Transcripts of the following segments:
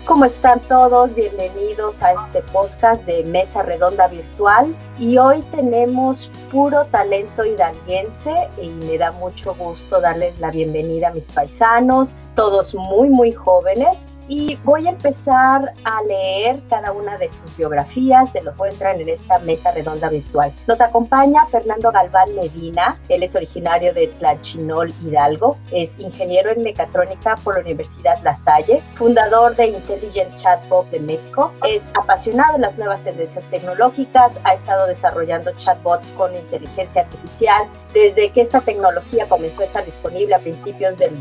¿Cómo están todos? Bienvenidos a este podcast de Mesa Redonda Virtual y hoy tenemos puro talento hidalguense y me da mucho gusto darles la bienvenida a mis paisanos, todos muy jóvenes. Y voy a empezar a leer cada una de sus biografías, de los que encuentran en esta mesa redonda virtual. Nos acompaña Fernando Galván Medina, él es originario de Tlachinol, Hidalgo, es ingeniero en mecatrónica por la Universidad La Salle, fundador de Intelligent Chatbot de México, es apasionado en las nuevas tendencias tecnológicas, ha estado desarrollando chatbots con inteligencia artificial desde que esta tecnología comenzó a estar disponible a principios del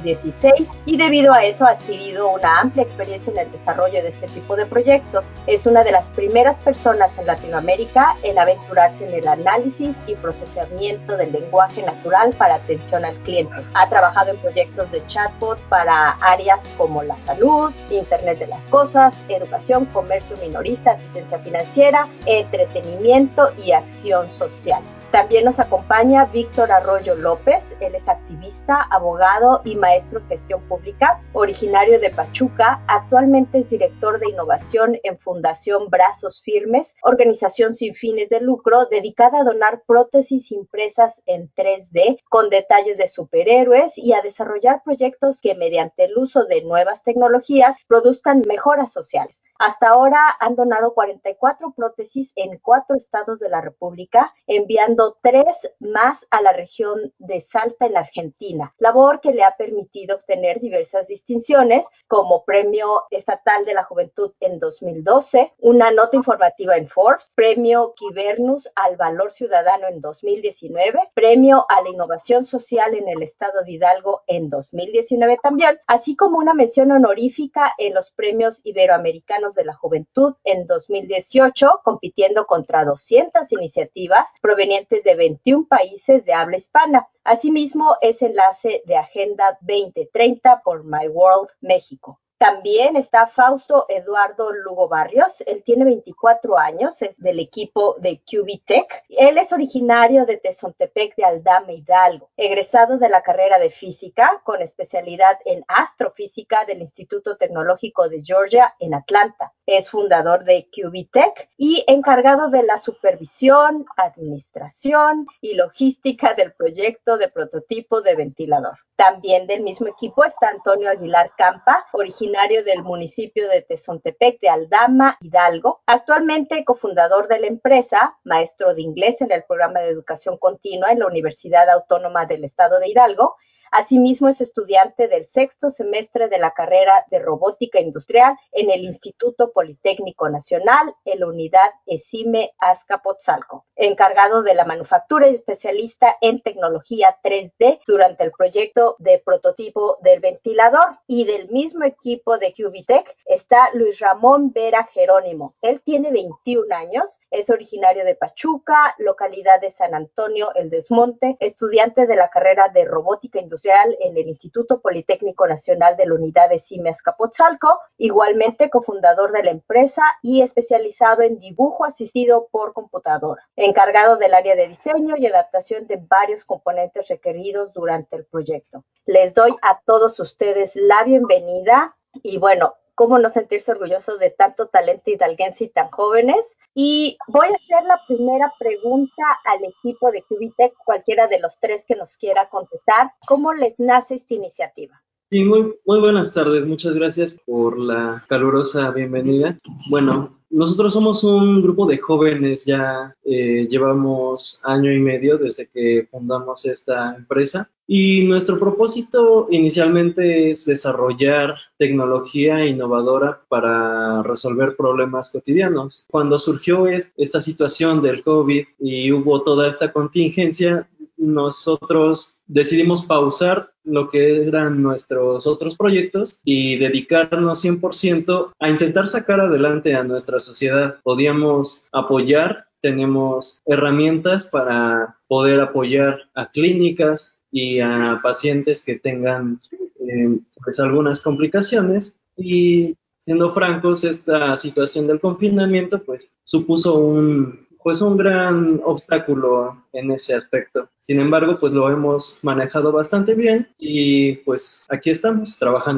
2016 y debido a eso ha adquirido una amplia experiencia en el desarrollo de este tipo de proyectos. Es una de las primeras personas en Latinoamérica en aventurarse en el análisis y procesamiento del lenguaje natural para atención al cliente. Ha trabajado en proyectos de chatbot para áreas como la salud, Internet de las cosas, educación, comercio minorista, asistencia financiera, entretenimiento y acción social. También nos acompaña Víctor Arroyo López, él es activista, abogado y maestro en gestión pública, originario de Pachuca, actualmente es director de innovación en Fundación Brazos Firmes, organización sin fines de lucro dedicada a donar prótesis impresas en 3D con detalles de superhéroes y a desarrollar proyectos que mediante el uso de nuevas tecnologías produzcan mejoras sociales. Hasta ahora han donado 44 prótesis en 4 estados de la República, enviando 3 más a la región de Salta en la Argentina, labor que le ha permitido obtener diversas distinciones como Premio Estatal de la Juventud en 2012, una nota informativa en Forbes, Premio Quibernus al Valor Ciudadano en 2019, Premio a la Innovación Social en el Estado de Hidalgo en 2019 también, así como una mención honorífica en los Premios Iberoamericanos de la Juventud en 2018, compitiendo contra 200 iniciativas provenientes de 21 países de habla hispana. Asimismo, es enlace de Agenda 2030 por My World México. También está Fausto Eduardo Lugo Barrios, él tiene 24 años, es del equipo de QBTech. Él es originario de Tezontepec de Aldama, Hidalgo, egresado de la carrera de física con especialidad en astrofísica del Instituto Tecnológico de Georgia en Atlanta. Es fundador de QBTech y encargado de la supervisión, administración y logística del proyecto de prototipo de ventilador. También del mismo equipo está Antonio Aguilar Campa, originario del municipio de Tezontepec de Aldama, Hidalgo, actualmente cofundador de la empresa, maestro de inglés en el programa de educación continua en la Universidad Autónoma del Estado de Hidalgo. Asimismo, es estudiante del 6º semestre de la carrera de Robótica Industrial en el Instituto Politécnico Nacional, en la unidad ESIME Azcapotzalco, encargado de la manufactura y especialista en tecnología 3D durante el proyecto de prototipo del ventilador. Y del mismo equipo de QBTech está Luis Ramón Vera Jerónimo. Él tiene 21 años, es originario de Pachuca, localidad de San Antonio, El Desmonte, estudiante de la carrera de Robótica Industrial en el Instituto Politécnico Nacional de la Unidad de CIME Azcapotzalco, igualmente cofundador de la empresa y especializado en dibujo asistido por computadora, encargado del área de diseño y adaptación de varios componentes requeridos durante el proyecto. Les doy a todos ustedes la bienvenida y bueno, cómo no sentirse orgullosos de tanto talento hidalguense y tan jóvenes. Y voy a hacer la primera pregunta al equipo de QBTech, cualquiera de los 3 que nos quiera contestar. ¿Cómo les nace esta iniciativa? Sí, muy buenas tardes. Muchas gracias por la calurosa bienvenida. Bueno, nosotros somos un grupo de jóvenes, ya llevamos año y medio desde que fundamos esta empresa y nuestro propósito inicialmente es desarrollar tecnología innovadora para resolver problemas cotidianos. Cuando surgió esta situación del COVID y hubo toda esta contingencia, nosotros decidimos pausar lo que eran nuestros otros proyectos y dedicarnos 100% a intentar sacar adelante a nuestra sociedad. Podíamos apoyar, tenemos herramientas para poder apoyar a clínicas y a pacientes que tengan pues algunas complicaciones y siendo francos, esta situación del confinamiento pues supuso un gran obstáculo en ese aspecto. Sin embargo, pues lo hemos manejado bastante bien y pues aquí estamos trabajando.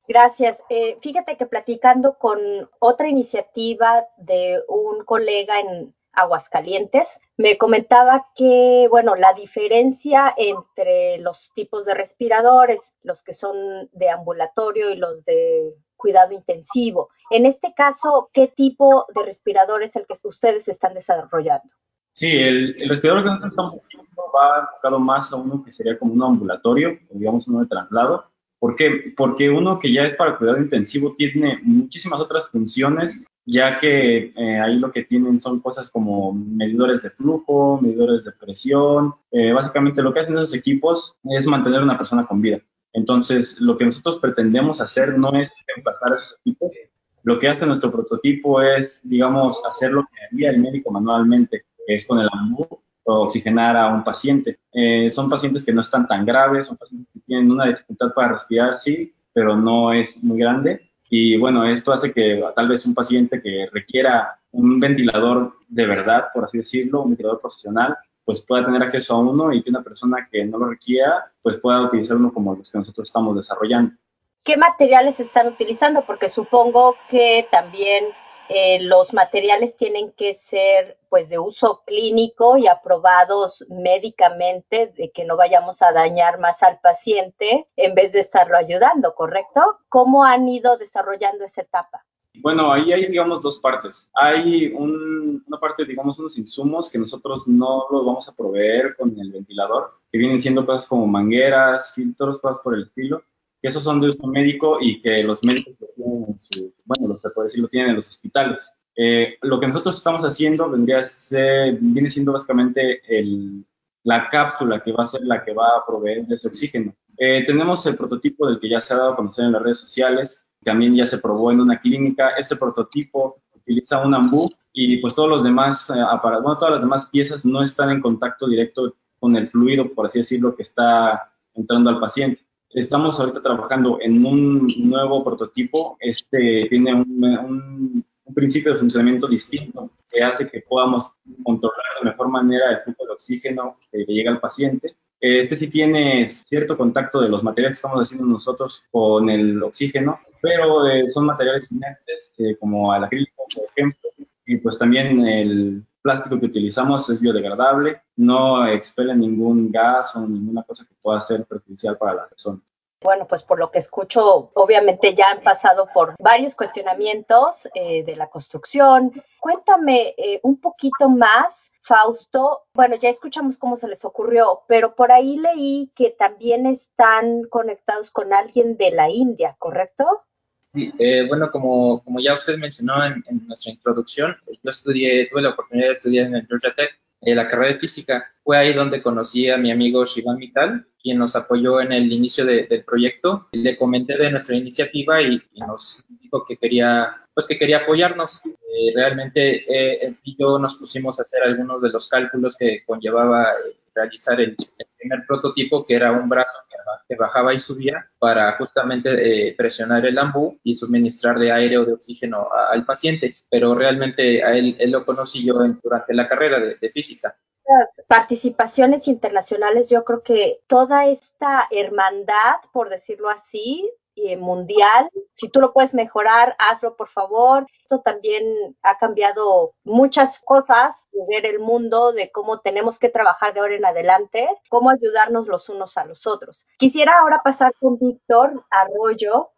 Gracias. Fíjate que platicando con otra iniciativa de un colega en Aguascalientes, me comentaba que, bueno, la diferencia entre los tipos de respiradores, los que son de ambulatorio y los de cuidado intensivo. En este caso, ¿qué tipo de respirador es el que ustedes están desarrollando? Sí, el respirador que nosotros estamos haciendo va enfocado más a uno que sería como un ambulatorio, o digamos uno de traslado. ¿Por qué? Porque uno que ya es para cuidado intensivo tiene muchísimas otras funciones, ya que ahí lo que tienen son cosas como medidores de flujo, medidores de presión. Básicamente lo que hacen esos equipos es mantener a una persona con vida. Entonces, lo que nosotros pretendemos hacer no es reemplazar esos equipos. Lo que hace nuestro prototipo es, digamos, hacer lo que haría el médico manualmente, que es con el AMBU, oxigenar a un paciente. Son pacientes que no están tan graves, son pacientes que tienen una dificultad para respirar, sí, pero no es muy grande. Y bueno, esto hace que tal vez un paciente que requiera un ventilador de verdad, por así decirlo, un ventilador profesional, pues pueda tener acceso a uno y que una persona que no lo requiera, pues pueda utilizar uno como los que nosotros estamos desarrollando. ¿Qué materiales están utilizando? Porque supongo que también los materiales tienen que ser pues de uso clínico y aprobados médicamente, de que no vayamos a dañar más al paciente en vez de estarlo ayudando, ¿correcto? ¿Cómo han ido desarrollando esa etapa? Bueno, ahí hay, digamos, dos partes. Hay una parte, digamos, unos insumos que nosotros no los vamos a proveer con el ventilador, que vienen siendo cosas como mangueras, filtros, cosas por el estilo, que esos son de uso médico y que los médicos lo tienen en su, bueno, se puede decir, lo tienen en los hospitales. Lo que nosotros estamos haciendo viene siendo básicamente la cápsula que va a ser la que va a proveer de ese oxígeno. Tenemos el prototipo del que ya se ha dado a conocer en las redes sociales, también ya se probó en una clínica. Este prototipo utiliza un AMBU y pues todos los demás bueno, todas las demás piezas no están en contacto directo con el fluido, por así decirlo, que está entrando al paciente. Estamos ahorita trabajando en un nuevo prototipo. Este tiene un principio de funcionamiento distinto que hace que podamos controlar de mejor manera el flujo de oxígeno que llega al paciente. Este sí tiene cierto contacto de los materiales que estamos haciendo nosotros con el oxígeno, pero son materiales inertes, como el acrílico, por ejemplo, y pues también el plástico que utilizamos es biodegradable, no expele ningún gas o ninguna cosa que pueda ser perjudicial para la persona. Bueno, pues por lo que escucho, obviamente ya han pasado por varios cuestionamientos de la construcción. Cuéntame un poquito más, Fausto. Bueno, ya escuchamos cómo se les ocurrió, pero por ahí leí que también están conectados con alguien de la India, ¿correcto? Sí, bueno, como ya usted mencionó en nuestra introducción, tuve la oportunidad de estudiar en el Georgia Tech, la carrera de física. Fue ahí donde conocí a mi amigo Shivam Mittal, quien nos apoyó en el inicio del proyecto. Le comenté de nuestra iniciativa y nos dijo que quería apoyarnos. Realmente él y yo nos pusimos a hacer algunos de los cálculos que conllevaba realizar el primer prototipo, que era un brazo que bajaba y subía para justamente presionar el AMBU y suministrar de aire o de oxígeno al paciente. Pero realmente él lo conocí yo durante la carrera de física. Las participaciones internacionales, yo creo que toda esta hermandad, por decirlo así, mundial, si tú lo puedes mejorar, hazlo por favor. Esto también ha cambiado muchas cosas de ver el mundo, de cómo tenemos que trabajar de ahora en adelante, cómo ayudarnos los unos a los otros. Quisiera ahora pasar con Víctor Arroyo,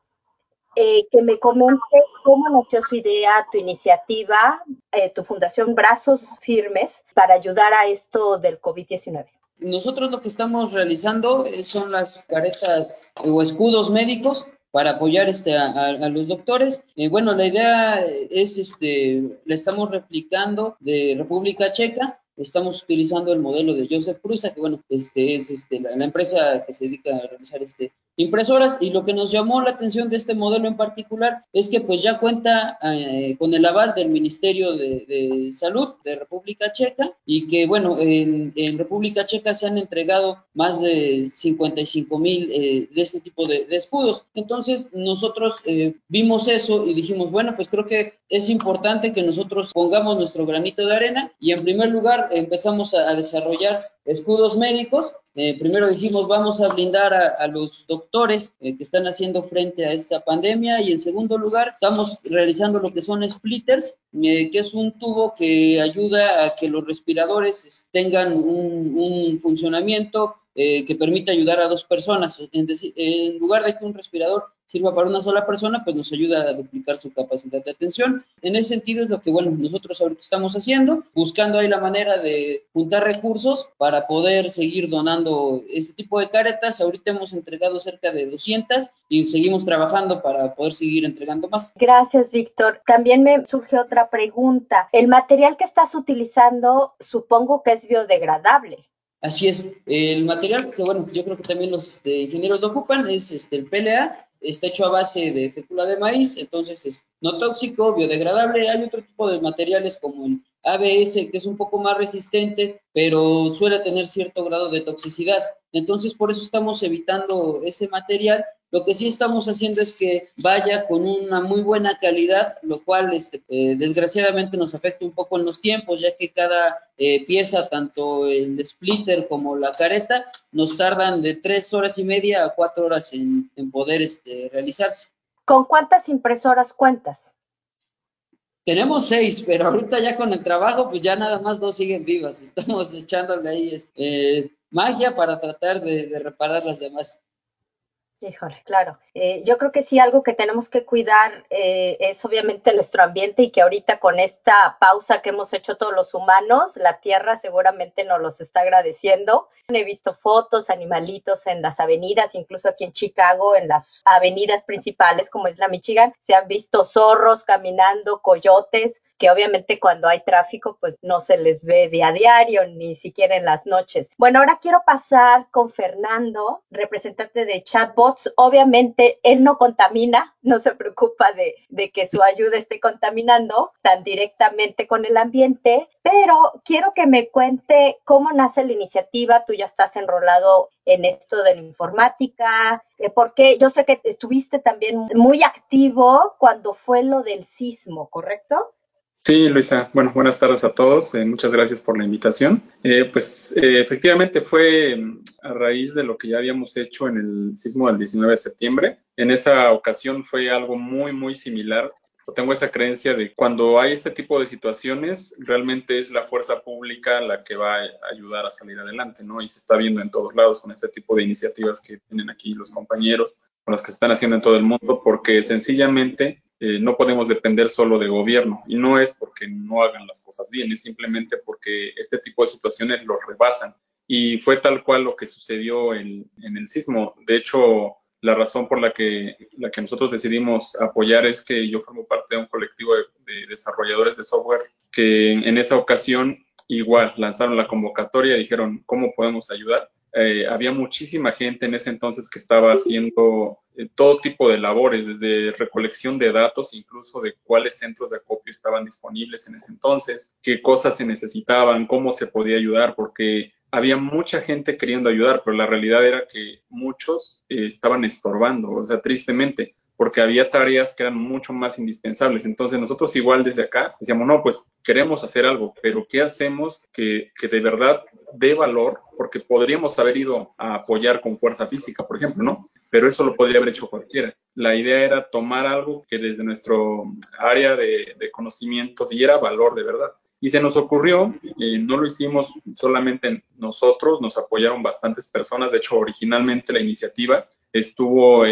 que me comente cómo nació su idea, tu iniciativa, tu fundación Brazos Firmes para ayudar a esto del COVID-19. Nosotros lo que estamos realizando son las caretas o escudos médicos para apoyar a los doctores. Bueno, la idea es, la estamos replicando de República Checa. Estamos utilizando el modelo de Joseph Prusa, que bueno, es la empresa que se dedica a realizar impresoras, y lo que nos llamó la atención de este modelo en particular es que pues ya cuenta con el aval del Ministerio de Salud de República Checa, y que bueno, en República Checa se han entregado más de 55,000 de este tipo de escudos. Entonces nosotros vimos eso y dijimos, bueno, pues creo que es importante que nosotros pongamos nuestro granito de arena, y en primer lugar empezamos a desarrollar escudos médicos Primero dijimos, vamos a blindar a los doctores que están haciendo frente a esta pandemia, y en segundo lugar, estamos realizando lo que son splitters, que es un tubo que ayuda a que los respiradores tengan un funcionamiento que permite ayudar a dos personas. En lugar de que un respirador sirva para una sola persona, pues nos ayuda a duplicar su capacidad de atención. En ese sentido es lo que, bueno, nosotros ahorita estamos haciendo, buscando ahí la manera de juntar recursos para poder seguir donando ese tipo de caretas. Ahorita hemos entregado cerca de 200 y seguimos trabajando para poder seguir entregando más. Gracias, Víctor. También me surge otra pregunta. El material que estás utilizando, supongo que es biodegradable. Así es, el material que, bueno, yo creo que también los ingenieros lo ocupan, es el PLA, está hecho a base de fécula de maíz, entonces es no tóxico, biodegradable. Hay otro tipo de materiales como el ABS, que es un poco más resistente, pero suele tener cierto grado de toxicidad. Entonces, por eso estamos evitando ese material. Lo que sí estamos haciendo es que vaya con una muy buena calidad, lo cual desgraciadamente nos afecta un poco en los tiempos, ya que cada pieza, tanto el splitter como la careta, nos tardan de 3 horas y media a 4 horas en poder realizarse. ¿Con cuántas impresoras cuentas? Tenemos 6, pero ahorita ya con el trabajo, pues ya nada más 2 siguen vivas. Estamos echándole ahí magia para tratar de reparar las demás. Híjole, claro. Yo creo que sí, algo que tenemos que cuidar es obviamente nuestro ambiente, y que ahorita con esta pausa que hemos hecho todos los humanos, la tierra seguramente nos los está agradeciendo. He visto fotos, animalitos en las avenidas, incluso aquí en Chicago, en las avenidas principales como es la Michigan, se han visto zorros caminando, coyotes, que obviamente cuando hay tráfico pues no se les ve de a diario, ni siquiera en las noches. Bueno, ahora quiero pasar con Fernando, representante de Chatbots. Obviamente él no contamina, no se preocupa de que su ayuda esté contaminando tan directamente con el ambiente, pero quiero que me cuente cómo nace la iniciativa. Tú ya estás enrolado en esto de la informática, porque yo sé que estuviste también muy activo cuando fue lo del sismo, ¿correcto? Sí, Luisa. Bueno, buenas tardes a todos. Muchas gracias por la invitación. Efectivamente fue a raíz de lo que ya habíamos hecho en el sismo del 19 de septiembre. En esa ocasión fue algo muy, muy similar. Tengo esa creencia de cuando hay este tipo de situaciones, realmente es la fuerza pública la que va a ayudar a salir adelante, ¿no? Y se está viendo en todos lados con este tipo de iniciativas que tienen aquí los compañeros, con las que se están haciendo en todo el mundo, porque sencillamente no podemos depender solo de gobierno, y no es porque no hagan las cosas bien, es simplemente porque este tipo de situaciones los rebasan, y fue tal cual lo que sucedió en el sismo. De hecho, la razón por la que nosotros decidimos apoyar es que yo formo parte de un colectivo de desarrolladores de software que en esa ocasión igual lanzaron la convocatoria y dijeron, ¿cómo podemos ayudar? Había muchísima gente en ese entonces que estaba haciendo todo tipo de labores, desde recolección de datos, incluso de cuáles centros de acopio estaban disponibles en ese entonces, qué cosas se necesitaban, cómo se podía ayudar, porque había mucha gente queriendo ayudar, pero la realidad era que muchos estaban estorbando, o sea, tristemente, porque había tareas que eran mucho más indispensables. Entonces nosotros igual desde acá decíamos, no, pues queremos hacer algo, pero ¿qué hacemos que de verdad dé valor? Porque podríamos haber ido a apoyar con fuerza física, por ejemplo, ¿no? Pero eso lo podría haber hecho cualquiera. La idea era tomar algo que desde nuestro área de conocimiento diera valor de verdad. Y se nos ocurrió, no lo hicimos solamente nosotros, nos apoyaron bastantes personas. De hecho, originalmente la iniciativa estuvo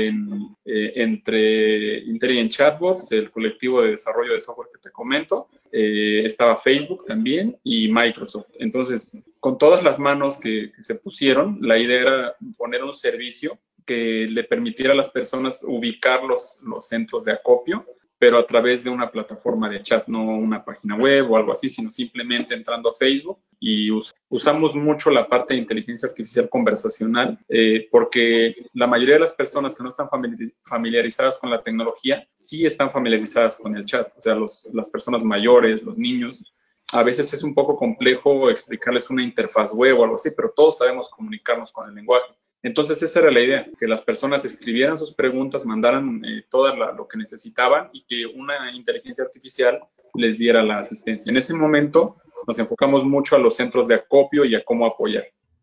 entre Intelligent Chatbots, el colectivo de desarrollo de software que te comento, estaba Facebook también y Microsoft. Entonces, con todas las manos que se pusieron, la idea era poner un servicio que le permitiera a las personas ubicar los centros de acopio, pero a través de una plataforma de chat, no una página web o algo así, sino simplemente entrando a Facebook. Y usamos mucho la parte de inteligencia artificial conversacional, porque la mayoría de las personas que no están familiarizadas con la tecnología, sí están familiarizadas con el chat. O sea, las personas mayores, los niños, a veces es un poco complejo explicarles una interfaz web o algo así, pero todos sabemos comunicarnos con el lenguaje. Entonces esa era la idea, que las personas escribieran sus preguntas, mandaran todo lo que necesitaban y que una inteligencia artificial les diera la asistencia. En ese momento nos enfocamos mucho a los centros de acopio y a cómo apoyar.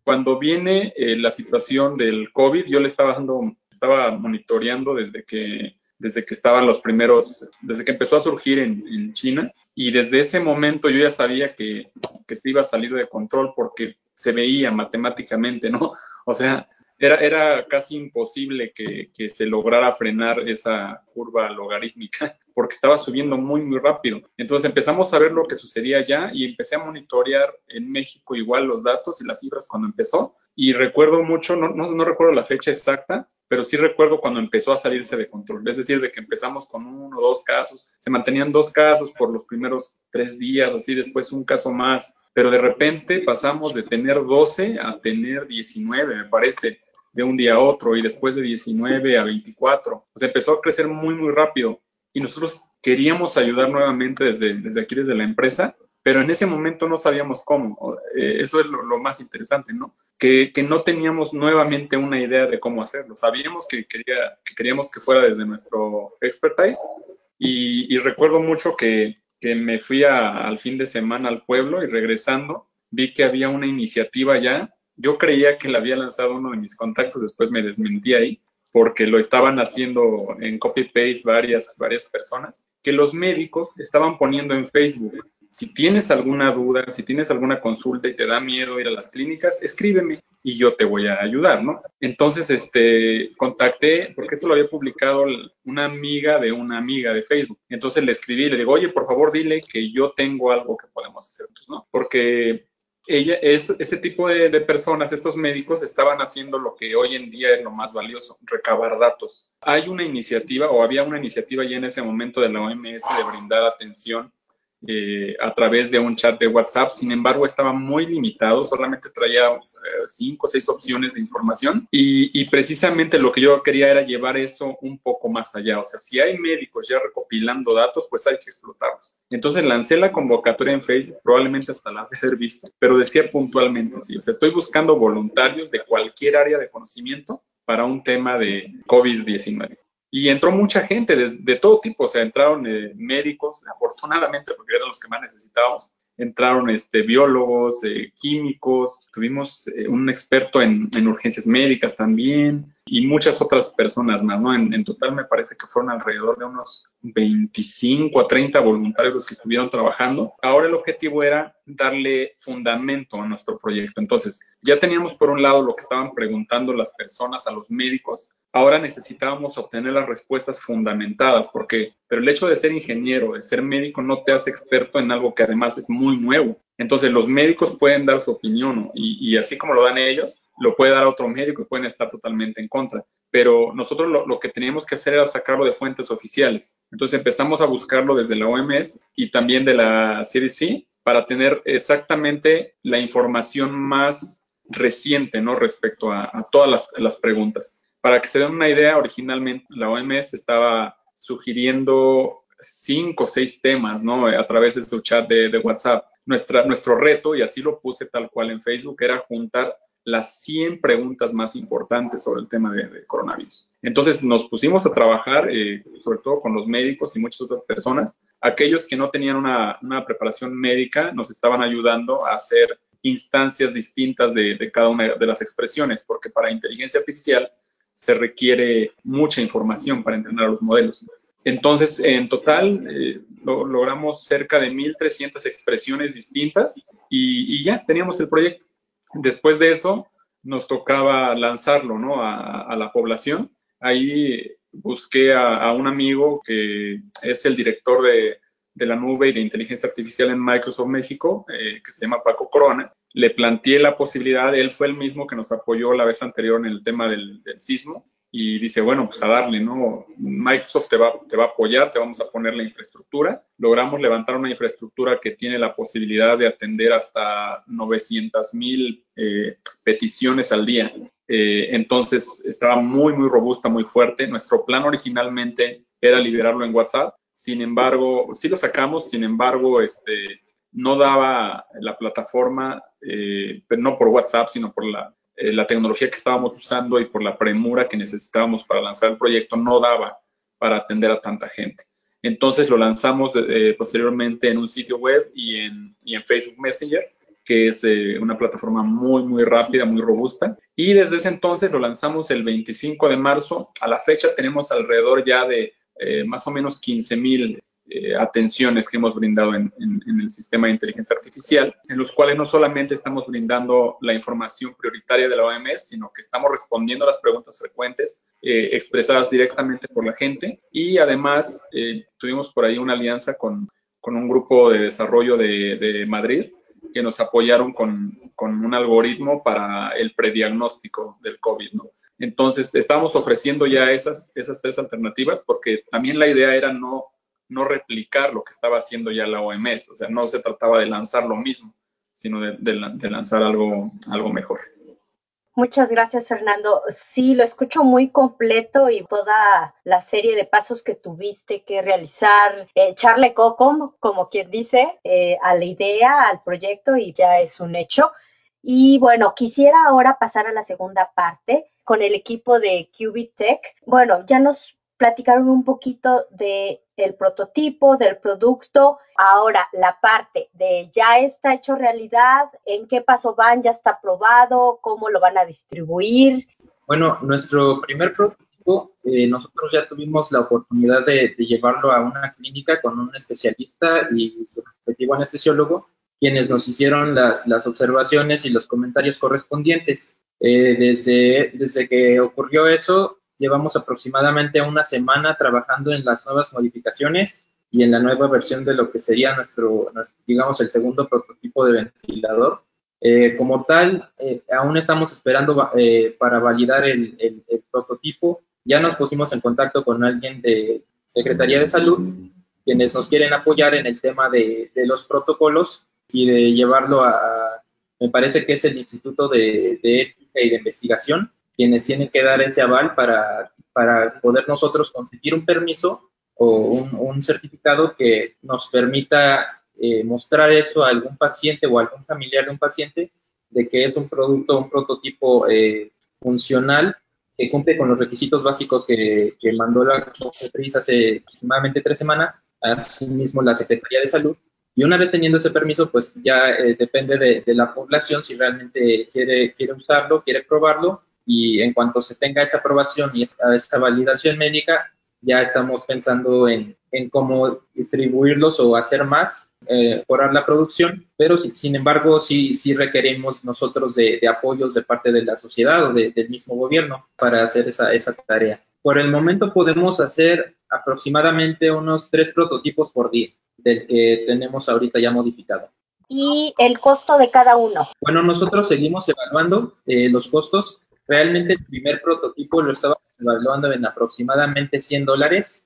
Cuando viene la situación del COVID, yo le estaba monitoreando desde que estaban desde que empezó a surgir en China, y desde ese momento yo ya sabía que se iba a salir de control porque se veía matemáticamente, ¿no? O sea, era casi imposible que se lograra frenar esa curva logarítmica porque estaba subiendo muy, muy rápido. Entonces empezamos a ver lo que sucedía allá y empecé a monitorear en México igual los datos y las cifras cuando empezó. Y recuerdo mucho, no recuerdo la fecha exacta, pero sí recuerdo cuando empezó a salirse de control. Es decir, de que empezamos con 1 o 2 casos, se mantenían 2 casos por los primeros 3 días, así después un caso más, pero de repente pasamos de tener 12 a tener 19, me parece, de un día a otro, y después de 19 a 24. O sea, empezó a crecer muy, muy rápido. Y nosotros queríamos ayudar nuevamente desde aquí, desde la empresa, pero en ese momento no sabíamos cómo. Eso es lo más interesante, ¿no? Que no teníamos nuevamente una idea de cómo hacerlo. Sabíamos que queríamos que fuera desde nuestro expertise, y recuerdo mucho que me fui al fin de semana al pueblo, y regresando vi que había una iniciativa ya. Yo creía que la había lanzado uno de mis contactos, después me desmentí ahí, porque lo estaban haciendo en copy-paste varias personas, que los médicos estaban poniendo en Facebook: si tienes alguna duda, si tienes alguna consulta y te da miedo ir a las clínicas, escríbeme y yo te voy a ayudar, ¿no? Entonces, contacté, porque esto lo había publicado una amiga de Facebook. Entonces le escribí y le digo: oye, por favor, dile que yo tengo algo que podemos hacer, ¿no? Porque ese tipo de personas, estos médicos, estaban haciendo lo que hoy en día es lo más valioso: recabar datos. Hay una iniciativa, o había una iniciativa ya en ese momento de la OMS, de brindar atención a través de un chat de WhatsApp. Sin embargo, estaba muy limitado, solamente traía 5 o 6 opciones de información, y precisamente lo que yo quería era llevar eso un poco más allá. O sea, si hay médicos ya recopilando datos, pues hay que explotarlos. Entonces lancé la convocatoria en Facebook, probablemente hasta la de haber visto, pero decía puntualmente así: o sea, estoy buscando voluntarios de cualquier área de conocimiento para un tema de COVID-19. Y entró mucha gente de todo tipo. O sea, entraron médicos, afortunadamente, porque eran los que más necesitábamos. Entraron biólogos, químicos, tuvimos un experto en urgencias médicas también, y muchas otras personas más, ¿no? En total me parece que fueron alrededor de unos 25 a 30 voluntarios los que estuvieron trabajando. Ahora el objetivo era darle fundamento a nuestro proyecto. Entonces, ya teníamos por un lado lo que estaban preguntando las personas a los médicos. Ahora necesitábamos obtener las respuestas fundamentadas, pero el hecho de ser ingeniero, de ser médico, no te hace experto en algo que además es muy nuevo. Entonces los médicos pueden dar su opinión, ¿no? Y así como lo dan ellos, lo puede dar otro médico y pueden estar totalmente en contra. Pero nosotros lo que teníamos que hacer era sacarlo de fuentes oficiales. Entonces empezamos a buscarlo desde la OMS y también de la CDC, para tener exactamente la información más reciente, ¿no? Respecto a todas las preguntas. Para que se den una idea, originalmente la OMS estaba sugiriendo 5 o 6 temas, ¿no? A través de su chat de WhatsApp. Nuestro reto, y así lo puse tal cual en Facebook, era juntar las 100 preguntas más importantes sobre el tema de coronavirus. Entonces nos pusimos a trabajar, sobre todo con los médicos y muchas otras personas. Aquellos que no tenían una preparación médica nos estaban ayudando a hacer instancias distintas de cada una de las expresiones, porque para inteligencia artificial se requiere mucha información para entrenar a los modelos. Entonces, en total, logramos cerca de 1,300 expresiones distintas, y ya teníamos el proyecto. Después de eso, nos tocaba lanzarlo, ¿no? a la población. Ahí busqué a un amigo que es el director de la nube y de inteligencia artificial en Microsoft México, que se llama Paco Corona. Le planteé la posibilidad. Él fue el mismo que nos apoyó la vez anterior en el tema del sismo, y dice: bueno, pues a darle, ¿no? Microsoft te va a apoyar, te vamos a poner la infraestructura. Logramos levantar una infraestructura que tiene la posibilidad de atender hasta 900,000 peticiones al día. Entonces estaba muy, muy robusta, muy fuerte. Nuestro plan originalmente era liberarlo en WhatsApp. Sin embargo, sí lo sacamos. Sin embargo, no daba la plataforma, pero no por WhatsApp, sino por la tecnología que estábamos usando, y por la premura que necesitábamos para lanzar el proyecto, no daba para atender a tanta gente. Entonces lo lanzamos posteriormente en un sitio web y en Facebook Messenger, que es una plataforma muy, muy rápida, muy robusta. Y desde ese entonces lo lanzamos el 25 de marzo. A la fecha tenemos alrededor ya de más o menos 15,000 atenciones que hemos brindado en el sistema de inteligencia artificial, en los cuales no solamente estamos brindando la información prioritaria de la OMS, sino que estamos respondiendo a las preguntas frecuentes expresadas directamente por la gente. Y además tuvimos por ahí una alianza con un grupo de desarrollo de Madrid, que nos apoyaron con un algoritmo para el prediagnóstico del COVID, ¿no? Entonces, estábamos ofreciendo ya esas tres alternativas, porque también la idea era no replicar lo que estaba haciendo ya la OMS. O sea, no se trataba de lanzar lo mismo, sino de lanzar algo mejor. Muchas gracias, Fernando. Sí, lo escucho muy completo y toda la serie de pasos que tuviste que realizar, echarle coco, como quien dice, a la idea, al proyecto, y ya es un hecho. Y bueno, quisiera ahora pasar a la segunda parte con el equipo de Qubit Tech. Bueno, ya nos platicaron un poquito de el prototipo, del producto. Ahora, la parte de ya está hecho realidad, ¿en qué paso van? ¿Ya está aprobado? ¿Cómo lo van a distribuir? Bueno, nuestro primer prototipo, nosotros ya tuvimos la oportunidad de llevarlo a una clínica con un especialista y su respectivo anestesiólogo, quienes nos hicieron las observaciones y los comentarios correspondientes. Desde que ocurrió eso, llevamos aproximadamente una semana trabajando en las nuevas modificaciones y en la nueva versión de lo que sería nuestro digamos, el segundo prototipo de ventilador. Como tal, aún estamos esperando para validar el prototipo. Ya nos pusimos en contacto con alguien de Secretaría de Salud, quienes nos quieren apoyar en el tema de los protocolos y de llevarlo me parece que es el Instituto de Ética y de Investigación, quienes tienen que dar ese aval para poder nosotros conseguir un permiso o un certificado que nos permita mostrar eso a algún paciente o a algún familiar de un paciente, de que es un producto, un prototipo funcional que cumple con los requisitos básicos que mandó la COFEPRIS hace aproximadamente 3 semanas, asimismo la Secretaría de Salud. Y una vez teniendo ese permiso, pues ya depende de la población si realmente quiere usarlo, quiere probarlo, y en cuanto se tenga esa aprobación y esa validación médica, ya estamos pensando en cómo distribuirlos o hacer más, mejorar la producción, pero sin embargo sí requerimos nosotros de apoyos de parte de la sociedad o del mismo gobierno para hacer esa tarea. Por el momento podemos hacer aproximadamente unos 3 prototipos por día del que tenemos ahorita ya modificado. ¿Y el costo de cada uno? Bueno, nosotros seguimos evaluando los costos. Realmente el primer prototipo lo estábamos evaluando en aproximadamente $100.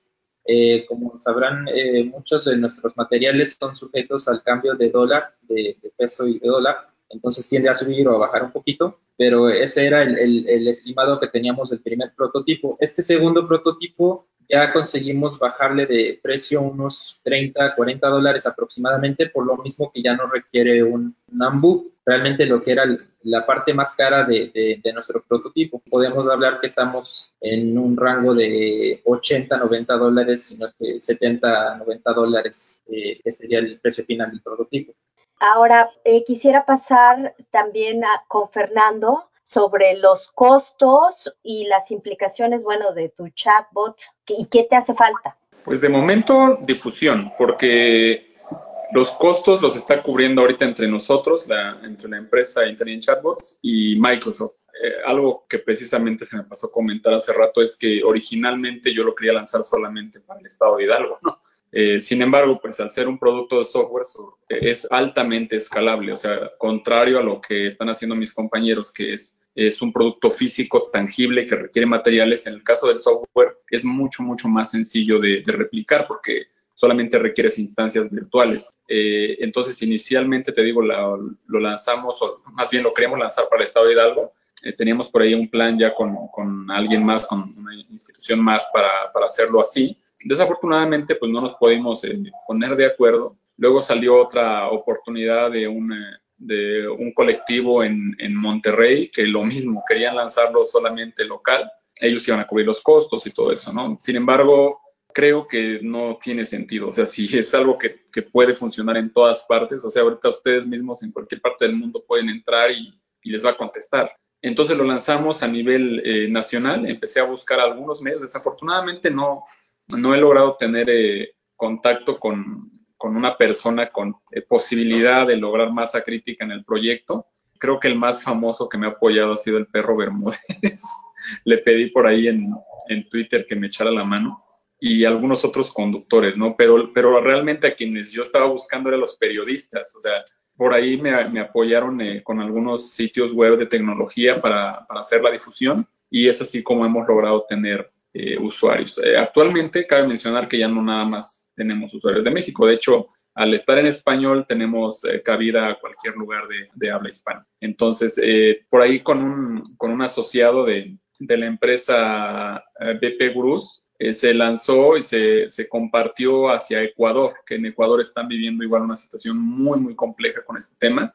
Como sabrán, muchos de nuestros materiales son sujetos al cambio de dólar, de peso y de dólar, entonces tiende a subir o a bajar un poquito, pero ese era el estimado que teníamos del primer prototipo. Este segundo prototipo ya conseguimos bajarle de precio unos $30, $40 aproximadamente, por lo mismo que ya no requiere un AMBU. Realmente lo que era la parte más cara de nuestro prototipo. Podemos hablar que estamos en un rango de $80, $90, sino es que $70, $90, que sería el precio final del prototipo. Ahora, quisiera pasar también con Fernando sobre los costos y las implicaciones, bueno, de tu chatbot y qué te hace falta. Pues de momento difusión, porque los costos los está cubriendo ahorita entre nosotros, entre la empresa Intelligent Chatbots y Microsoft. Algo que precisamente se me pasó a comentar hace rato es que originalmente yo lo quería lanzar solamente para el estado de Hidalgo, ¿no? Sin embargo, pues al ser un producto de software es altamente escalable, o sea, contrario a lo que están haciendo mis compañeros, que es un producto físico tangible que requiere materiales. En el caso del software es mucho, mucho más sencillo de replicar porque solamente requieres instancias virtuales. Entonces, inicialmente, te digo, lo lanzamos, o más bien lo queríamos lanzar para el estado de Hidalgo. Teníamos por ahí un plan ya con alguien más, con una institución más para hacerlo así. Desafortunadamente, pues no nos pudimos poner de acuerdo. Luego salió otra oportunidad de un colectivo en Monterrey que lo mismo, querían lanzarlo solamente local. Ellos iban a cubrir los costos y todo eso, ¿no? Sin embargo, creo que no tiene sentido. O sea, si es algo que puede funcionar en todas partes, o sea, ahorita ustedes mismos en cualquier parte del mundo pueden entrar y les va a contestar. Entonces lo lanzamos a nivel nacional, empecé a buscar algunos medios, desafortunadamente no he logrado tener contacto con una persona con posibilidad de lograr masa crítica en el proyecto. Creo que el más famoso que me ha apoyado ha sido el perro Bermúdez. Le pedí por ahí en Twitter que me echara la mano y algunos otros conductores, ¿no? Pero realmente a quienes yo estaba buscando eran los periodistas, o sea, por ahí me apoyaron con algunos sitios web de tecnología para hacer la difusión y es así como hemos logrado tener usuarios. Actualmente cabe mencionar que ya no nada más tenemos usuarios de México, de hecho, al estar en español tenemos cabida a cualquier lugar de habla hispana. Entonces, por ahí con un asociado de la empresa BP Gruz, se lanzó y se compartió hacia Ecuador, que en Ecuador están viviendo igual una situación muy, muy compleja con este tema.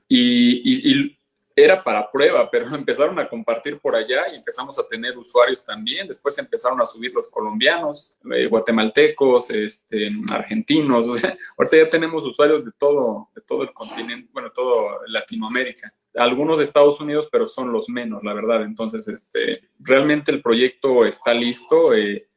Y era para prueba, pero empezaron a compartir por allá y empezamos a tener usuarios también. Después empezaron a subir los colombianos, guatemaltecos, argentinos. O sea, ahorita ya tenemos usuarios de todo el continente, bueno, todo Latinoamérica. Algunos de Estados Unidos, pero son los menos, la verdad. Entonces, realmente el proyecto está listo.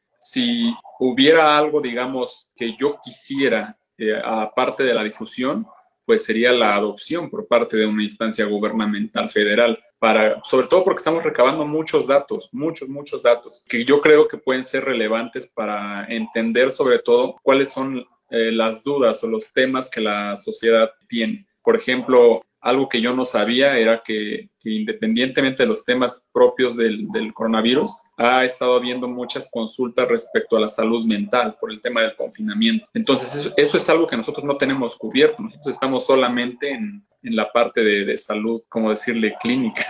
Si hubiera algo, digamos, que yo quisiera, aparte de la difusión, pues sería la adopción por parte de una instancia gubernamental federal, sobre todo porque estamos recabando muchos datos, muchos datos, que yo creo que pueden ser relevantes para entender sobre todo cuáles son las dudas o los temas que la sociedad tiene. Por ejemplo, algo que yo no sabía era que independientemente de los temas propios del coronavirus, ha estado habiendo muchas consultas respecto a la salud mental por el tema del confinamiento. Entonces, eso es algo que nosotros no tenemos cubierto. Nosotros estamos solamente en la parte de salud, como decirle, clínica.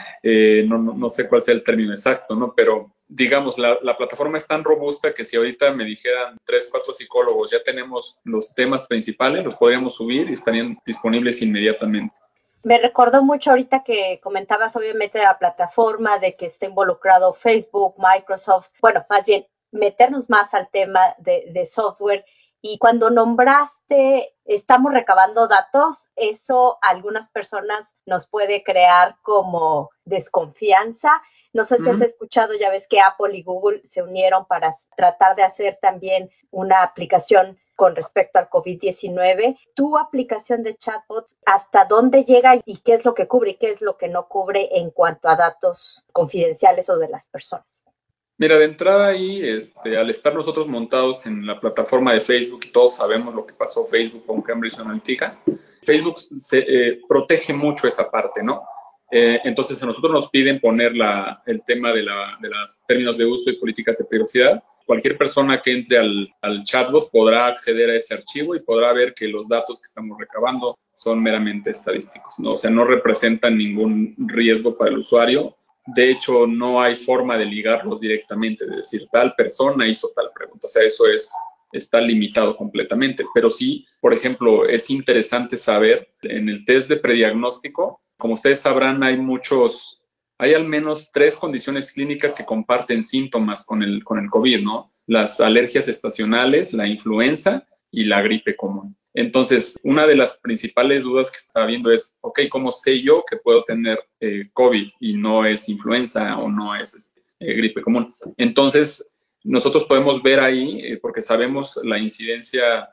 No sé cuál sea el término exacto, ¿no? Pero digamos, la plataforma es tan robusta que si ahorita me dijeran 3, 4 psicólogos, ya tenemos los temas principales, los podríamos subir y estarían disponibles inmediatamente. Me recordó mucho ahorita que comentabas obviamente de la plataforma, de que está involucrado Facebook, Microsoft, bueno, más bien meternos más al tema de software. Y cuando nombraste, estamos recabando datos, eso a algunas personas nos puede crear como desconfianza. No sé si has escuchado, ya ves que Apple y Google se unieron para tratar de hacer también una aplicación con respecto al COVID-19. Tu aplicación de chatbots, ¿hasta dónde llega y qué es lo que cubre y qué es lo que no cubre en cuanto a datos confidenciales o de las personas? Mira, de entrada ahí, al estar nosotros montados en la plataforma de Facebook y todos sabemos lo que pasó Facebook con Cambridge Analytica, Facebook protege mucho esa parte, ¿no? Entonces a nosotros nos piden poner el tema de los términos de uso y políticas de privacidad. Cualquier persona que entre al chatbot podrá acceder a ese archivo y podrá ver que los datos que estamos recabando son meramente estadísticos, ¿no? O sea, no representan ningún riesgo para el usuario. De hecho, no hay forma de ligarlos directamente, de decir tal persona hizo tal pregunta. O sea, eso está limitado completamente. Pero sí, por ejemplo, es interesante saber en el test de prediagnóstico, como ustedes sabrán, hay al menos 3 condiciones clínicas que comparten síntomas con el COVID, ¿no? Las alergias estacionales, la influenza y la gripe común. Entonces, una de las principales dudas que está habiendo es, ok, ¿cómo sé yo que puedo tener COVID y no es influenza o no es gripe común? Entonces, nosotros podemos ver ahí, porque sabemos la incidencia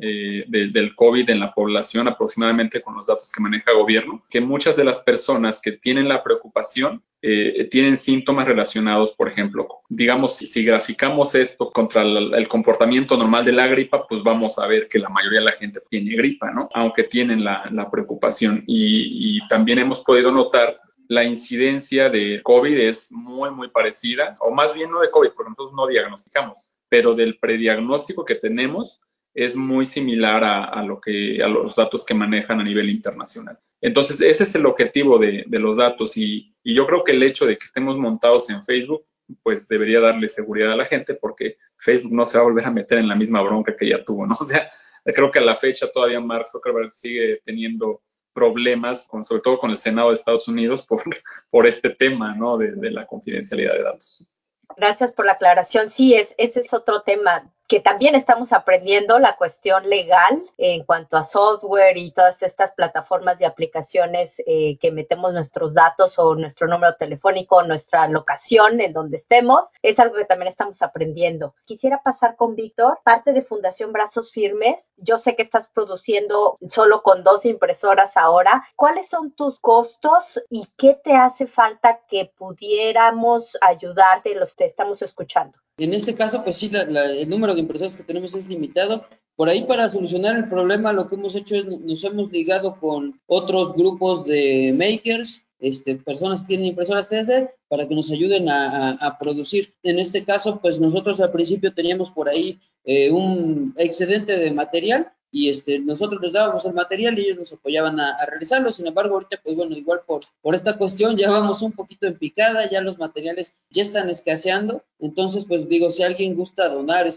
del COVID en la población aproximadamente con los datos que maneja el gobierno, que muchas de las personas que tienen la preocupación tienen síntomas relacionados, por ejemplo, digamos, si graficamos esto contra el comportamiento normal de la gripa, pues vamos a ver que la mayoría de la gente tiene gripa, ¿no? Aunque tienen la preocupación. Y también hemos podido notar la incidencia de COVID es muy, muy parecida, o más bien no de COVID, porque nosotros no diagnosticamos, pero del prediagnóstico que tenemos es muy similar a los datos que manejan a nivel internacional. Entonces, ese es el objetivo de los datos y yo creo que el hecho de que estemos montados en Facebook, pues debería darle seguridad a la gente porque Facebook no se va a volver a meter en la misma bronca que ya tuvo, ¿no? O sea, creo que a la fecha todavía Mark Zuckerberg sigue teniendo problemas, sobre todo con el Senado de Estados Unidos, por este tema, ¿no? De la confidencialidad de datos. Gracias por la aclaración. Sí, ese es otro tema. que también estamos aprendiendo la cuestión legal en cuanto a software y todas estas plataformas y aplicaciones que metemos nuestros datos o nuestro número telefónico, nuestra locación en donde estemos, es algo que también estamos aprendiendo. Quisiera pasar con Víctor, parte de Fundación Brazos Firmes. Yo sé que estás produciendo solo con 2 impresoras ahora. ¿Cuáles son tus costos y qué te hace falta que pudiéramos ayudarte los que estamos escuchando? En este caso, pues sí, el número de impresoras que tenemos es limitado. Por ahí, para solucionar el problema, lo que hemos hecho es nos hemos ligado con otros grupos de makers, personas que tienen impresoras 3D, para que nos ayuden a producir. En este caso, pues nosotros al principio teníamos por ahí un excedente de material y nosotros les dábamos el material y ellos nos apoyaban a realizarlo. Sin embargo, ahorita, pues bueno, igual por esta cuestión ya vamos un poquito en picada, ya los materiales ya están escaseando. Entonces, pues digo, si alguien gusta donar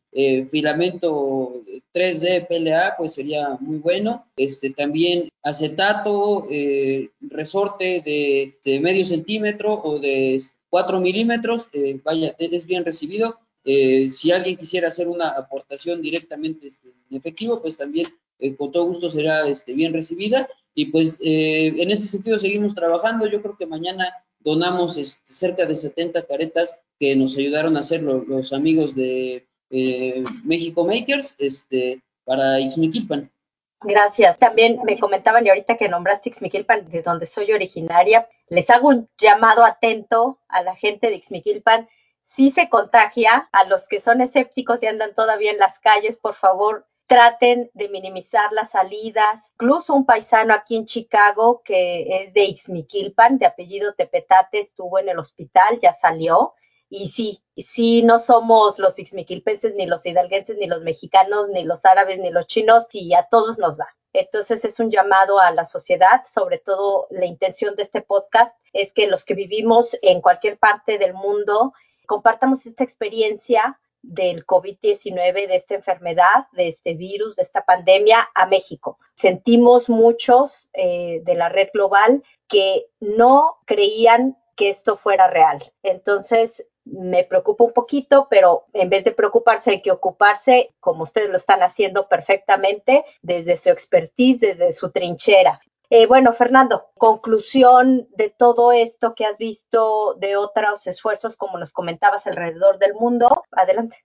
filamento 3D PLA, pues sería muy bueno. También acetato, resorte de medio centímetro o de 4 milímetros, vaya, es bien recibido. Si alguien quisiera hacer una aportación directamente en efectivo, pues también con todo gusto será bien recibida. Y pues en este sentido seguimos trabajando. Yo creo que mañana donamos cerca de 70 caretas que nos ayudaron a hacer los amigos de México Makers para Ixmiquilpan. Gracias. También me comentaban, y ahorita que nombraste Ixmiquilpan, de donde soy originaria, les hago un llamado atento a la gente de Ixmiquilpan. Si se contagia, a los que son escépticos y andan todavía en las calles, por favor, traten de minimizar las salidas. Incluso un paisano aquí en Chicago que es de Ixmiquilpan, de apellido Tepetate, estuvo en el hospital, ya salió. Y sí, no somos los ixmiquilpenses, ni los hidalguenses, ni los mexicanos, ni los árabes, ni los chinos, y a todos nos da. Entonces es un llamado a la sociedad, sobre todo la intención de este podcast es que los que vivimos en cualquier parte del mundo compartamos esta experiencia del COVID-19, de esta enfermedad, de este virus, de esta pandemia a México. Sentimos muchos de la red global que no creían que esto fuera real. Entonces, me preocupa un poquito, pero en vez de preocuparse hay que ocuparse, como ustedes lo están haciendo perfectamente, desde su expertise, desde su trinchera. Bueno, Fernando, conclusión de todo esto que has visto de otros esfuerzos, como nos comentabas, alrededor del mundo. Adelante.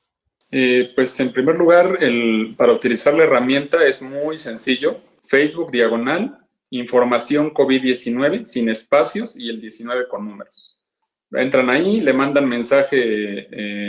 Pues en primer lugar, para utilizar la herramienta es muy sencillo. Facebook diagonal, información COVID-19 sin espacios y el 19 con números. Entran ahí, le mandan mensaje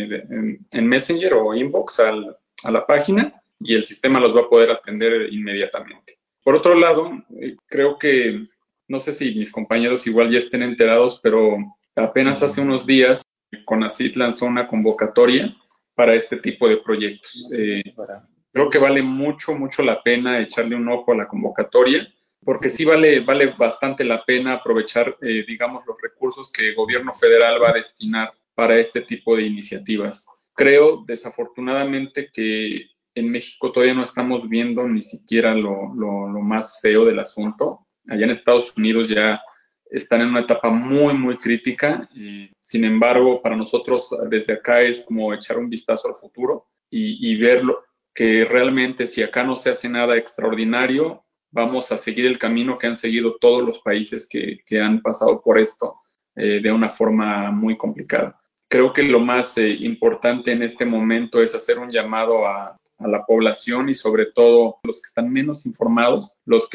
en Messenger o inbox a la página y el sistema los va a poder atender inmediatamente. Por otro lado, creo que, no sé si mis compañeros igual ya estén enterados, pero apenas hace unos días CONACYT lanzó una convocatoria para este tipo de proyectos. Creo que vale mucho, mucho la pena echarle un ojo a la convocatoria, porque sí vale bastante la pena aprovechar, digamos, los recursos que el gobierno federal va a destinar para este tipo de iniciativas. Creo, desafortunadamente, que en México todavía no estamos viendo ni siquiera lo más feo del asunto. Allá en Estados Unidos ya están en una etapa muy, muy crítica. Sin embargo, para nosotros desde acá es como echar un vistazo al futuro y verlo, que realmente si acá no se hace nada extraordinario, vamos a seguir el camino que han seguido todos los países que han pasado por esto de una forma muy complicada. Creo que lo más importante en este momento es hacer un llamado a la población y sobre todo los que están menos informados, los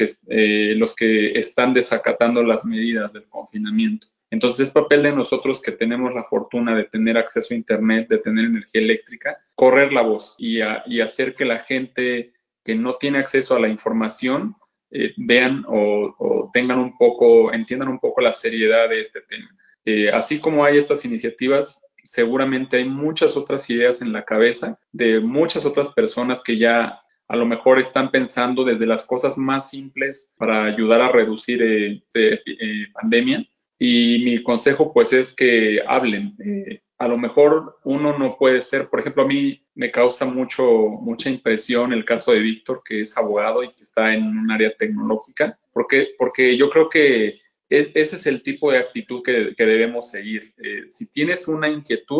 que están desacatando las medidas del confinamiento. Entonces es papel de nosotros que tenemos la fortuna de tener acceso a Internet, de tener energía eléctrica, correr la voz y hacer que la gente que no tiene acceso a la información vean o tengan entiendan un poco la seriedad de este tema. Así como hay estas iniciativas, seguramente hay muchas otras ideas en la cabeza de muchas otras personas que ya a lo mejor están pensando desde las cosas más simples para ayudar a reducir pandemia. Y mi consejo pues es que hablen. A lo mejor uno no puede ser, por ejemplo, a mí me causa mucha impresión el caso de Víctor, que es abogado y que está en un área tecnológica, porque yo creo que ese es el tipo de actitud que debemos seguir. Si tienes una inquietud,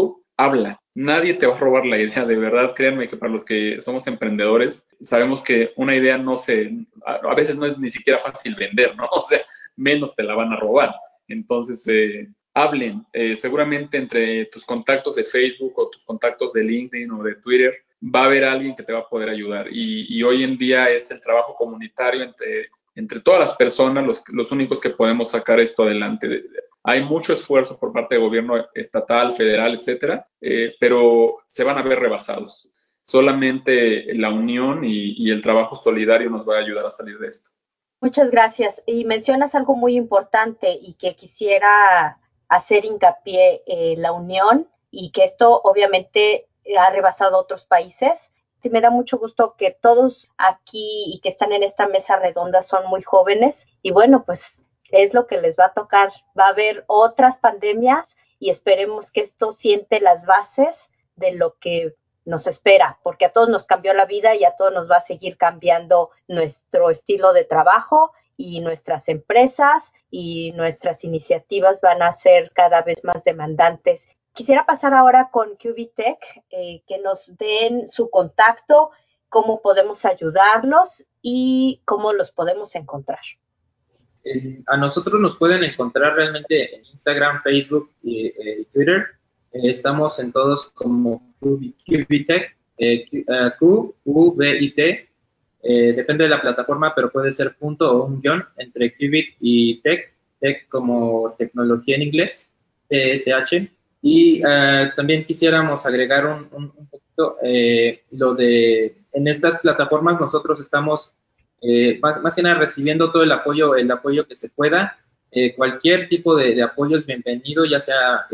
habla. Nadie te va a robar la idea, de verdad, créanme que para los que somos emprendedores, sabemos que una idea a veces no es ni siquiera fácil vender, ¿no? O sea, menos te la van a robar. Entonces, hablen, seguramente entre tus contactos de Facebook o tus contactos de LinkedIn o de Twitter, va a haber alguien que te va a poder ayudar. Y hoy en día es el trabajo comunitario entre todas las personas los únicos que podemos sacar esto adelante. Hay mucho esfuerzo por parte del gobierno estatal, federal, etcétera, pero se van a ver rebasados. Solamente la unión y el trabajo solidario nos va a ayudar a salir de esto. Muchas gracias. Y mencionas algo muy importante y que quisiera hacer hincapié, la unión, y que esto obviamente ha rebasado otros países. Me da mucho gusto que todos aquí y que están en esta mesa redonda son muy jóvenes y bueno, pues es lo que les va a tocar. Va a haber otras pandemias y esperemos que esto siente las bases de lo que nos espera, porque a todos nos cambió la vida y a todos nos va a seguir cambiando nuestro estilo de trabajo y nuestras empresas y nuestras iniciativas van a ser cada vez más demandantes. Quisiera pasar ahora con QBTech, que nos den su contacto, cómo podemos ayudarlos y cómo los podemos encontrar. A nosotros nos pueden encontrar realmente en Instagram, Facebook y Twitter. Estamos en todos como QBTech, QVIT. Depende de la plataforma, pero puede ser punto o un guión entre Qubit y Tech, Tech como tecnología en inglés, TSH. Y también quisiéramos agregar un poquito en estas plataformas nosotros estamos más que nada recibiendo todo el apoyo que se pueda. Cualquier tipo de apoyo es bienvenido, ya sea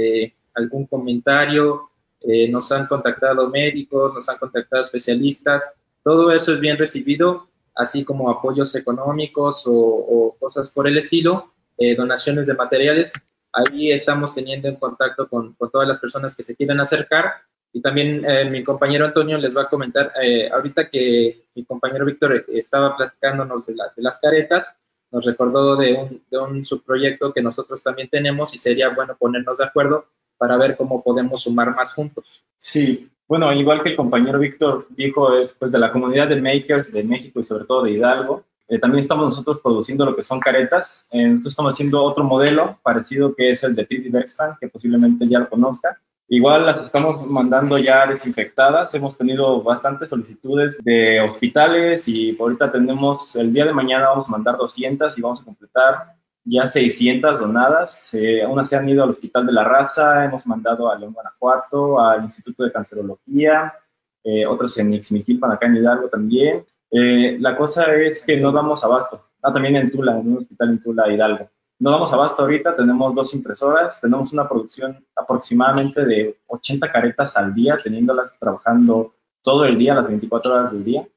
algún comentario, nos han contactado médicos, nos han contactado especialistas, todo eso es bien recibido, así como apoyos económicos o cosas por el estilo, donaciones de materiales. Ahí estamos teniendo en contacto con todas las personas que se quieran acercar. Y también mi compañero Antonio les va a comentar, ahorita que mi compañero Víctor estaba platicándonos de las caretas, nos recordó de un subproyecto que nosotros también tenemos y sería bueno ponernos de acuerdo para ver cómo podemos sumar más juntos. Sí, bueno, igual que el compañero Víctor dijo, es pues de la comunidad de makers de México y sobre todo de Hidalgo. También estamos nosotros produciendo lo que son caretas. Nosotros estamos haciendo otro modelo parecido que es el de Pretty Bergstand, que posiblemente ya lo conozca. Igual las estamos mandando ya desinfectadas. Hemos tenido bastantes solicitudes de hospitales y ahorita tenemos, el día de mañana vamos a mandar 200 y vamos a completar ya 600 donadas. Unas se han ido al Hospital de la Raza, hemos mandado a León, Guanajuato, al Instituto de Cancerología, otros en Ixmiquilpan, acá en Hidalgo también. La cosa es que no damos abasto. También en Tula, en un hospital en Tula, Hidalgo. No damos abasto ahorita, tenemos 2 impresoras, tenemos una producción aproximadamente de 80 caretas al día, teniéndolas trabajando todo el día, las 24 horas del día.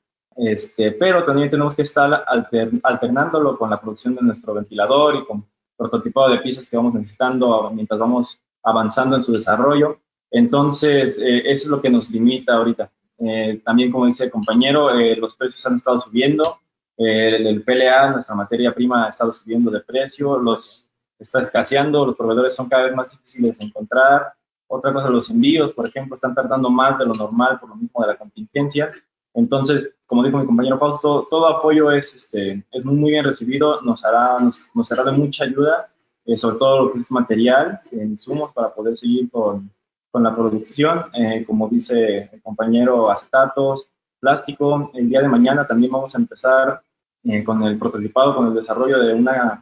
Pero también tenemos que estar alternándolo con la producción de nuestro ventilador y con prototipado de piezas que vamos necesitando mientras vamos avanzando en su desarrollo. Entonces, eso es lo que nos limita ahorita. También, como dice el compañero, los precios han estado subiendo. El PLA, nuestra materia prima, ha estado subiendo de precio, está escaseando, los proveedores son cada vez más difíciles de encontrar. Otra cosa, los envíos, por ejemplo, están tardando más de lo normal por lo mismo de la contingencia. Entonces, como dijo mi compañero Fausto, todo apoyo es muy bien recibido, nos será de mucha ayuda, sobre todo lo que es material, insumos para poder seguir con la producción, como dice el compañero, acetatos, plástico. El día de mañana también vamos a empezar con el prototipado, con el desarrollo de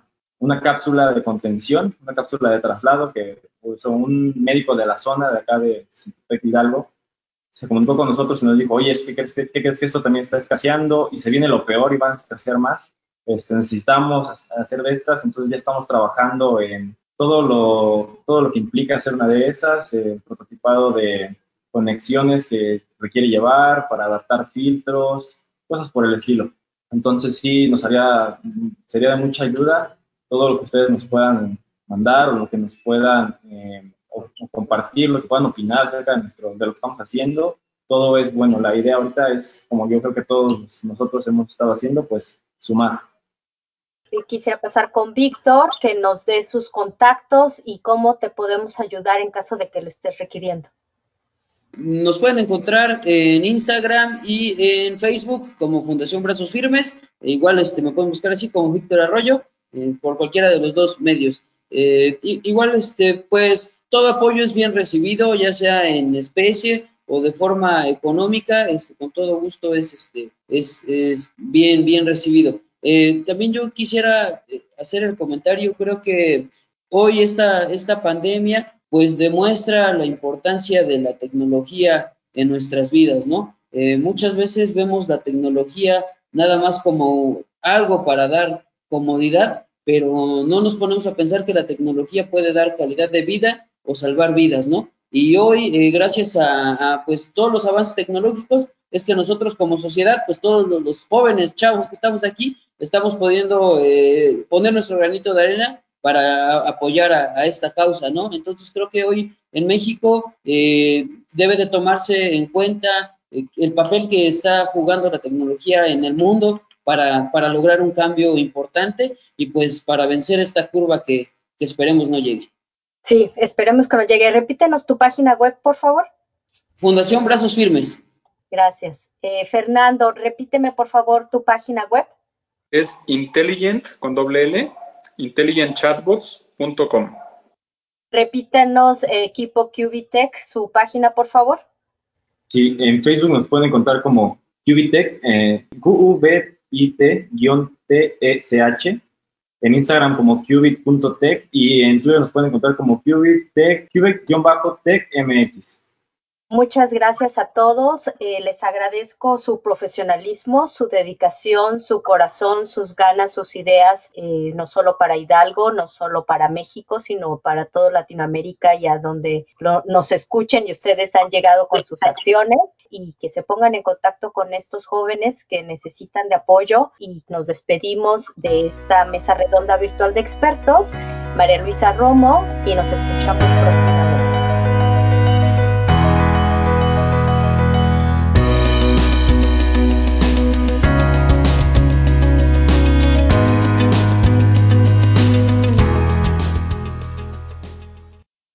una cápsula de contención, una cápsula de traslado que puso un médico de la zona de acá de Hidalgo, se comunicó con nosotros y nos dijo, oye, ¿qué crees que esto también está escaseando y se viene lo peor y van a escasear más? Necesitamos hacer de estas, entonces ya estamos trabajando en todo lo que implica hacer una de esas, prototipado de conexiones que requiere llevar para adaptar filtros, cosas por el estilo. Entonces sí, sería de mucha ayuda todo lo que ustedes nos puedan mandar o lo que nos puedan o compartir, lo que puedan opinar acerca de lo que estamos haciendo. Todo es bueno. La idea ahorita es, como yo creo que todos nosotros hemos estado haciendo, pues sumar. Quisiera pasar con Víctor, que nos dé sus contactos y cómo te podemos ayudar en caso de que lo estés requiriendo. Nos pueden encontrar en Instagram y en Facebook como Fundación Brazos Firmes. Igual me pueden buscar así como Víctor Arroyo, por cualquiera de los dos medios. Igual, pues todo apoyo es bien recibido, ya sea en especie o de forma económica, con todo gusto es bien recibido. También yo quisiera hacer el comentario, creo que hoy esta pandemia pues demuestra la importancia de la tecnología en nuestras vidas, ¿no? Muchas veces vemos la tecnología nada más como algo para dar comodidad, pero no nos ponemos a pensar que la tecnología puede dar calidad de vida o salvar vidas, ¿no? Y hoy, gracias a pues todos los avances tecnológicos, es que nosotros como sociedad, pues todos los jóvenes chavos que estamos aquí, estamos pudiendo poner nuestro granito de arena para apoyar a esta causa, ¿no? Entonces creo que hoy en México debe de tomarse en cuenta el papel que está jugando la tecnología en el mundo para lograr un cambio importante y pues para vencer esta curva que esperemos no llegue. Sí, esperemos que nos llegue. Repítenos tu página web, por favor. Fundación Brazos Firmes. Gracias. Fernando, repíteme, por favor, tu página web. Es intelligent, con doble L, intelligentchatbots.com. Repítenos, equipo QBTech, su página, por favor. Sí, en Facebook nos pueden encontrar como QBTech, QUBIT-TECH, en Instagram como qubit.tech y en Twitter nos pueden encontrar como qubit-tech-mx. Muchas gracias a todos. Les agradezco su profesionalismo, su dedicación, su corazón, sus ganas, sus ideas, no solo para Hidalgo, no solo para México, sino para toda Latinoamérica y a donde nos escuchen y ustedes han llegado con sus acciones y que se pongan en contacto con estos jóvenes que necesitan de apoyo y nos despedimos de esta mesa redonda virtual de expertos. María Luisa Romo y nos escuchamos próximamente.